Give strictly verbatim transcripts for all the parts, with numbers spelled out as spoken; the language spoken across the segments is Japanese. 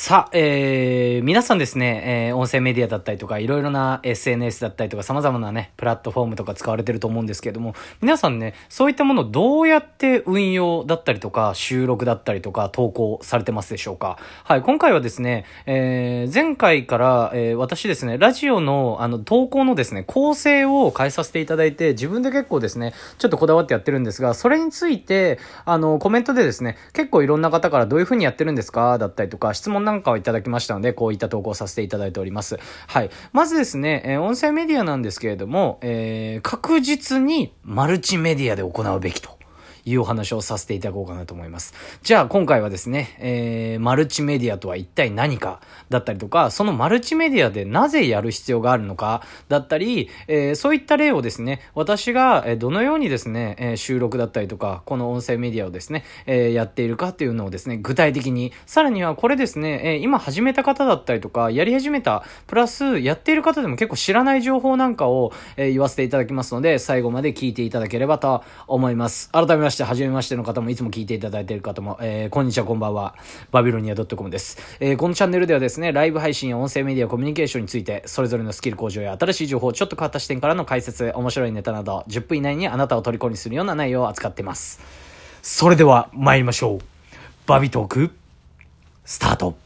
さあ、えー、皆さんですね、えー、音声メディアだったりとか、いろいろな エスエヌエス だったりとか、様々なね、プラットフォームとか使われてると思うんですけれども、皆さんね、そういったものをどうやって運用だったりとか、収録だったりとか、投稿されてますでしょうか？はい、今回はですね、えー、前回から、えー、私ですね、ラジオの、あの、投稿のですね、構成を変えさせていただいて、自分で結構ですね、ちょっとこだわってやってるんですが、それについて、あの、コメントでですね、結構いろんな方からどういう風にやってるんですかだったりとか、質問なんかをいただきましたので、こういった投稿させていただいております。はい。まずですね、えー、音声メディアなんですけれども、えー、確実にマルチメディアで行うべきというお話をさせていただこうかなと思います。じゃあ今回はですね、えー、マルチメディアとは一体何かだったりとか、そのマルチメディアでなぜやる必要があるのかだったり、えー、そういった例をですね、私がどのようにですね、えー、収録だったりとか、この音声メディアをですね、えー、やっているかっていうのをですね、具体的に、さらにはこれですね、えー、今始めた方だったりとか、やり始めた、プラスやっている方でも結構知らない情報なんかを、えー、言わせていただきますので、最後まで聞いていただければと思います。改めまして、はじめましての方もいつも聞いていただいている方も、えー、こんにちは、こんばんは。バビロニア .com です。えー、このチャンネルではですね、ライブ配信や音声メディア、コミュニケーションについて、それぞれのスキル向上や新しい情報、ちょっと変わった視点からの解説、面白いネタなど、じゅっぷん以内にあなたを虜にするような内容を扱っています。それでは参りましょう。バビトーク、スタート。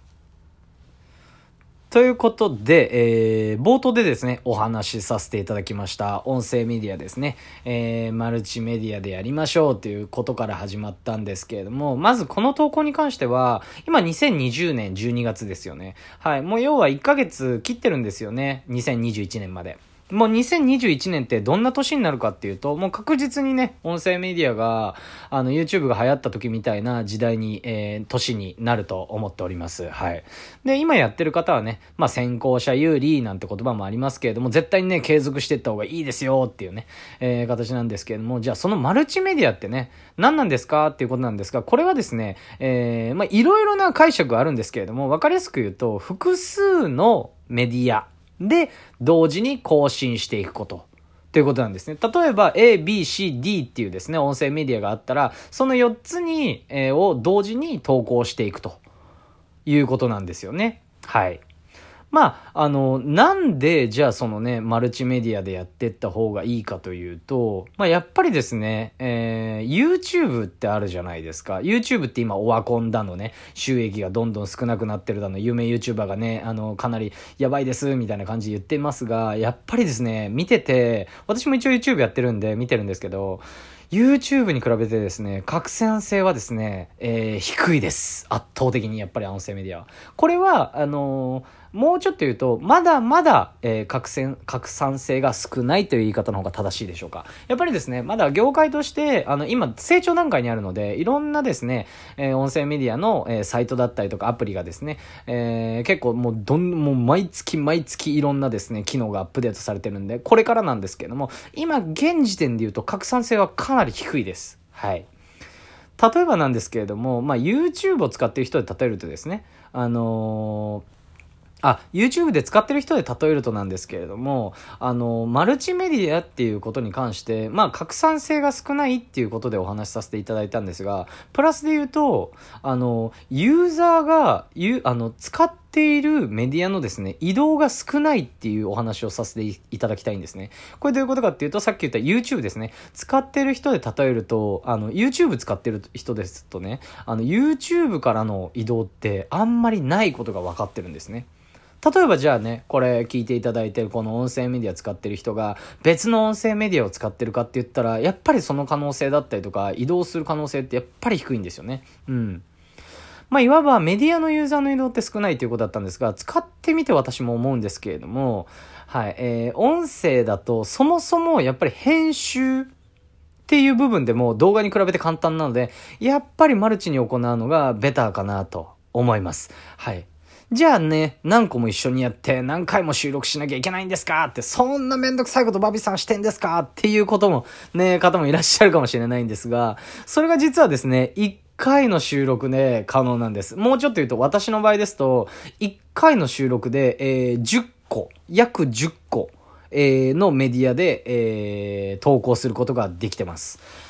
ということで、えー、冒頭でですね、お話しさせていただきました音声メディアですね、えー、マルチメディアでやりましょうということから始まったんですけれども、まずこの投稿に関しては、今にせんにじゅうねんじゅうにがつですよね。はい、もう要はいっかげつ切ってるんですよね。にせんにじゅういちねんまで。もうにせんにじゅういちねんってどんな年になるかっていうと、もう確実にね、音声メディアが、あの、YouTube が流行った時みたいな時代に、えー、年になると思っております。はい。で、今やってる方はね、まあ、先行者有利なんて言葉もありますけれども、絶対にね、継続していった方がいいですよっていうね、えー、形なんですけれども、じゃあそのマルチメディアってね、何なんですかっていうことなんですが、これはですね、えー、まあ、いろいろな解釈があるんですけれども、わかりやすく言うと、複数のメディア、で、同時に更新していくこと。ということなんですね。例えば A、B、C、D っていうですね、音声メディアがあったら、そのよっつに、えー、を同時に投稿していくということなんですよね。はい。まあ、あの、なんで、じゃあそのね、マルチメディアでやっていった方がいいかというと、まあやっぱりですね、えー、YouTube ってあるじゃないですか。YouTube って今オワコンだのね、収益がどんどん少なくなってるだの、有名 YouTuber がね、あの、かなりやばいです、みたいな感じで言ってますが、やっぱりですね、見てて、私も一応 YouTube やってるんで見てるんですけど、YouTube に比べてですね、拡散性はですね、えー、低いです。圧倒的にやっぱり音声メディアは。これは、あのー、もうちょっと言うと、まだまだ、えー、拡散、拡散性が少ないという言い方の方が正しいでしょうか。やっぱりですね、まだ業界として、あの、今、成長段階にあるので、いろんなですね、えー、音声メディアの、えー、サイトだったりとかアプリがですね、えー、結構もうどん、もう毎月毎月いろんなですね、機能がアップデートされてるんで、これからなんですけれども、今、現時点で言うと拡散性はかなり低いです。はい。例えばなんですけれども、まあ、YouTube を使っている人で例えるとですね、あのー、あ、YouTube で使ってる人で例えるとなんですけれども、あの、マルチメディアっていうことに関して、まあ、拡散性が少ないっていうことでお話しさせていただいたんですが、プラスで言うと、あの、ユーザーが、ゆ、あの、使っているメディアのですね、移動が少ないっていうお話をさせていただきたいんですね。これどういうことかっていうと、さっき言った YouTube ですね。使ってる人で例えると、あの、YouTube 使ってる人ですとね、あの、YouTube からの移動ってあんまりないことが分かってるんですね。例えばじゃあね、これ聞いていただいてるこの音声メディア使ってる人が別の音声メディアを使ってるかって言ったら、やっぱりその可能性だったりとか移動する可能性ってやっぱり低いんですよね。うん。まあいわばメディアのユーザーの移動って少ないということだったんですが、使ってみて私も思うんですけれども、はい、えー、音声だとそもそもやっぱり編集っていう部分でも動画に比べて簡単なので、やっぱりマルチに行うのがベターかなと思います。はい。じゃあね、何個も一緒にやって何回も収録しなきゃいけないんですかって、そんなめんどくさいことバビさんしてんですかっていうこともね、方もいらっしゃるかもしれないんですが、それが実はですね、いっかいの収録で可能なんです。もうちょっと言うと、私の場合ですと、いっかいの収録で、えー、じゅっこ、約じゅっこ、えー、のメディアで、えー、投稿することができてます。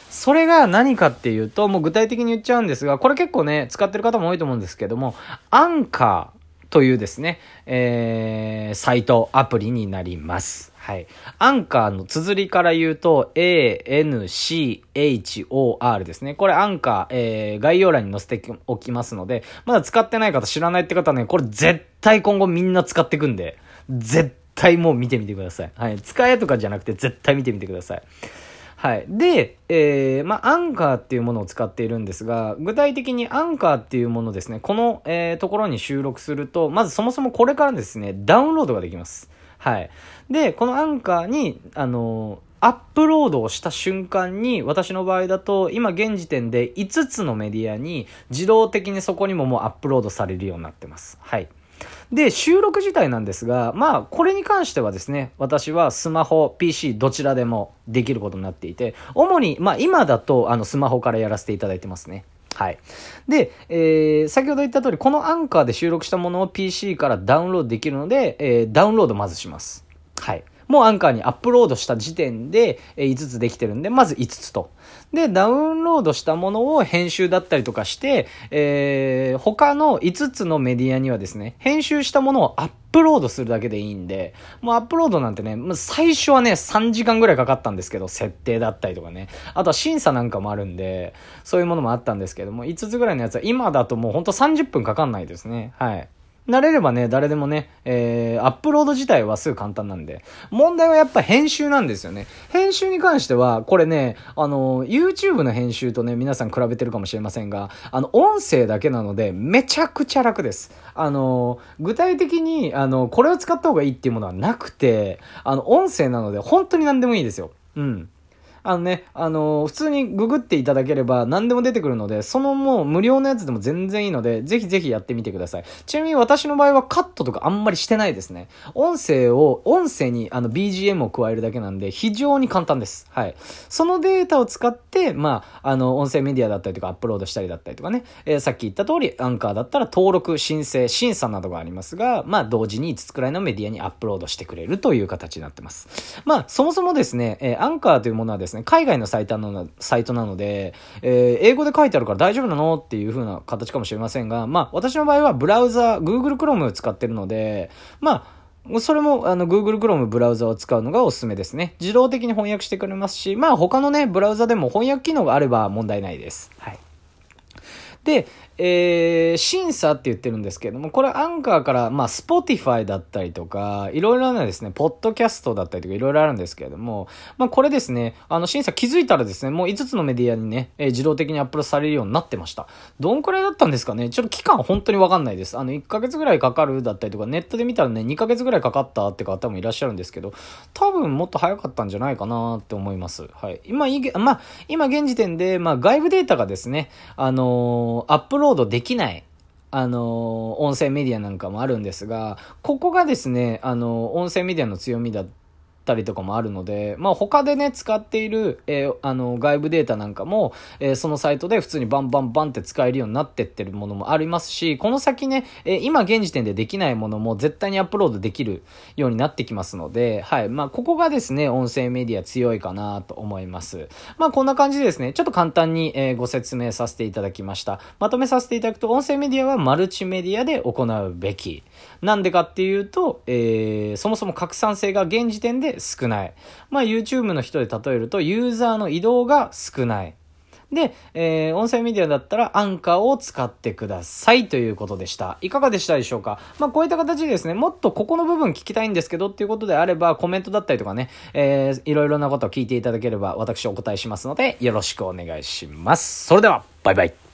それが何かっていうと、もう具体的に言っちゃうんですが、これ結構ね、使ってる方も多いと思うんですけども、アンカーというですね、えー、サイト、アプリになります。はい。アンカーの綴りから言うと、エーエヌシーエイチオーアール ですね。これアンカー、えー、概要欄に載せておきますので、まだ使ってない方、知らないって方はね、これ絶対今後みんな使っていくんで、絶対もう見てみてください。はい。使えとかじゃなくて、絶対見てみてください。はい。で、えー、まあ、アンカーっていうものを使っているんですが、具体的にアンカーっていうものですね、この、えー、ところに収録すると、まずそもそもこれからですね、ダウンロードができます。はい。で、このアンカーに、あのー、アップロードをした瞬間に、私の場合だと、今現時点でいつつのメディアに自動的にそこにももうアップロードされるようになってます。はい。で、収録自体なんですが、まあ、これに関してはですね、私はスマホ、ピーシー どちらでもできることになっていて、主に、まあ、今だと、あの、スマホからやらせていただいてますね。はい。で、えー、先ほど言った通り、このアンカーで収録したものを ピーシー からダウンロードできるので、えー、ダウンロードまずします。はい。もうアンカーにアップロードした時点でいつつできてるんで、まずいつつと。で、ダウンロードしたものを編集だったりとかして、えー、他のいつつのメディアにはですね、編集したものをアップロードするだけでいいんで、もうアップロードなんてね、最初はね、さんじかんぐらいかかったんですけど、設定だったりとかね。あとは審査なんかもあるんで、そういうものもあったんですけども、いつつぐらいのやつは今だともうほんとさんじゅっぷんかかんないですね。はい。慣れればね、誰でもね、えー、アップロード自体はすぐ簡単なんで、問題はやっぱ編集なんですよね。編集に関しては、これね、あの、YouTube の編集とね、皆さん比べてるかもしれませんが、あの、音声だけなので、めちゃくちゃ楽です。あの、具体的に、あの、これを使った方がいいっていうものはなくて、あの、音声なので、本当に何でもいいですよ。うん。あのね、あのー、普通にググっていただければ何でも出てくるので、そのもう無料のやつでも全然いいので、ぜひぜひやってみてください。ちなみに私の場合はカットとかあんまりしてないですね。音声を、音声にあの ビージーエム を加えるだけなんで、非常に簡単です。はい。そのデータを使って、まあ、あの、音声メディアだったりとかアップロードしたりだったりとかね、えー、さっき言った通り、アンカーだったら登録、申請、審査などがありますが、まあ、同時にいつつくらいのメディアにアップロードしてくれるという形になってます。まあ、そもそもですね、えー、アンカーというものはですね、海外のサイトなの、サイトなので、えー、英語で書いてあるから大丈夫なのっていう風な形かもしれませんが、まあ、私の場合はブラウザ、Google Chrome を使ってるので、まあ、それもあの Google Chrome ブラウザを使うのがおすすめですね。自動的に翻訳してくれますし、まあ他のね、ブラウザでも翻訳機能があれば問題ないです。はい。で、えー、審査って言ってるんですけれども、これアンカーから、まあ、Spotify だったりとか、いろいろなですね、ポッドキャストだったりとか、いろいろあるんですけれども、まあ、これですね、あの、審査気づいたらですね、もういつつのメディアにね、えー、自動的にアップロードされるようになってました。どんくらいだったんですかね、ちょっと期間本当にわかんないです。あの、いっかげつぐらいかかるだったりとか、ネットで見たらね、にかげつぐらいかかったって方もいらっしゃるんですけど、多分もっと早かったんじゃないかなって思います。はい。今、いまあ、今現時点で、まあ、外部データがですね、あのー、アップロードできない、あの、音声メディアなんかもあるんですが、ここがですね、あの、音声メディアの強みだったりとかもあるので、まあ他でね、使っている、えー、あの、外部データなんかも、えー、そのサイトで普通にバンバンバンって使えるようになってってるものもありますし、この先ね、えー、今現時点でできないものも絶対にアップロードできるようになってきますので、はい。まあここがですね、音声メディア強いかなと思います。まあこんな感じでですね、ちょっと簡単に、えー、ご説明させていただきました。まとめさせていただくと、音声メディアはマルチメディアで行うべき。なんでかっていうと、えー、そもそも拡散性が現時点で少ない。まあ YouTube の人で例えるとユーザーの移動が少ない。で、えー、音声メディアだったらアンカーを使ってくださいということでした。いかがでしたでしょうか？まあこういった形でですね、もっとここの部分聞きたいんですけどっていうことであればコメントだったりとかね、えー、いろいろなことを聞いていただければ私お答えしますのでよろしくお願いします。それでは、バイバイ。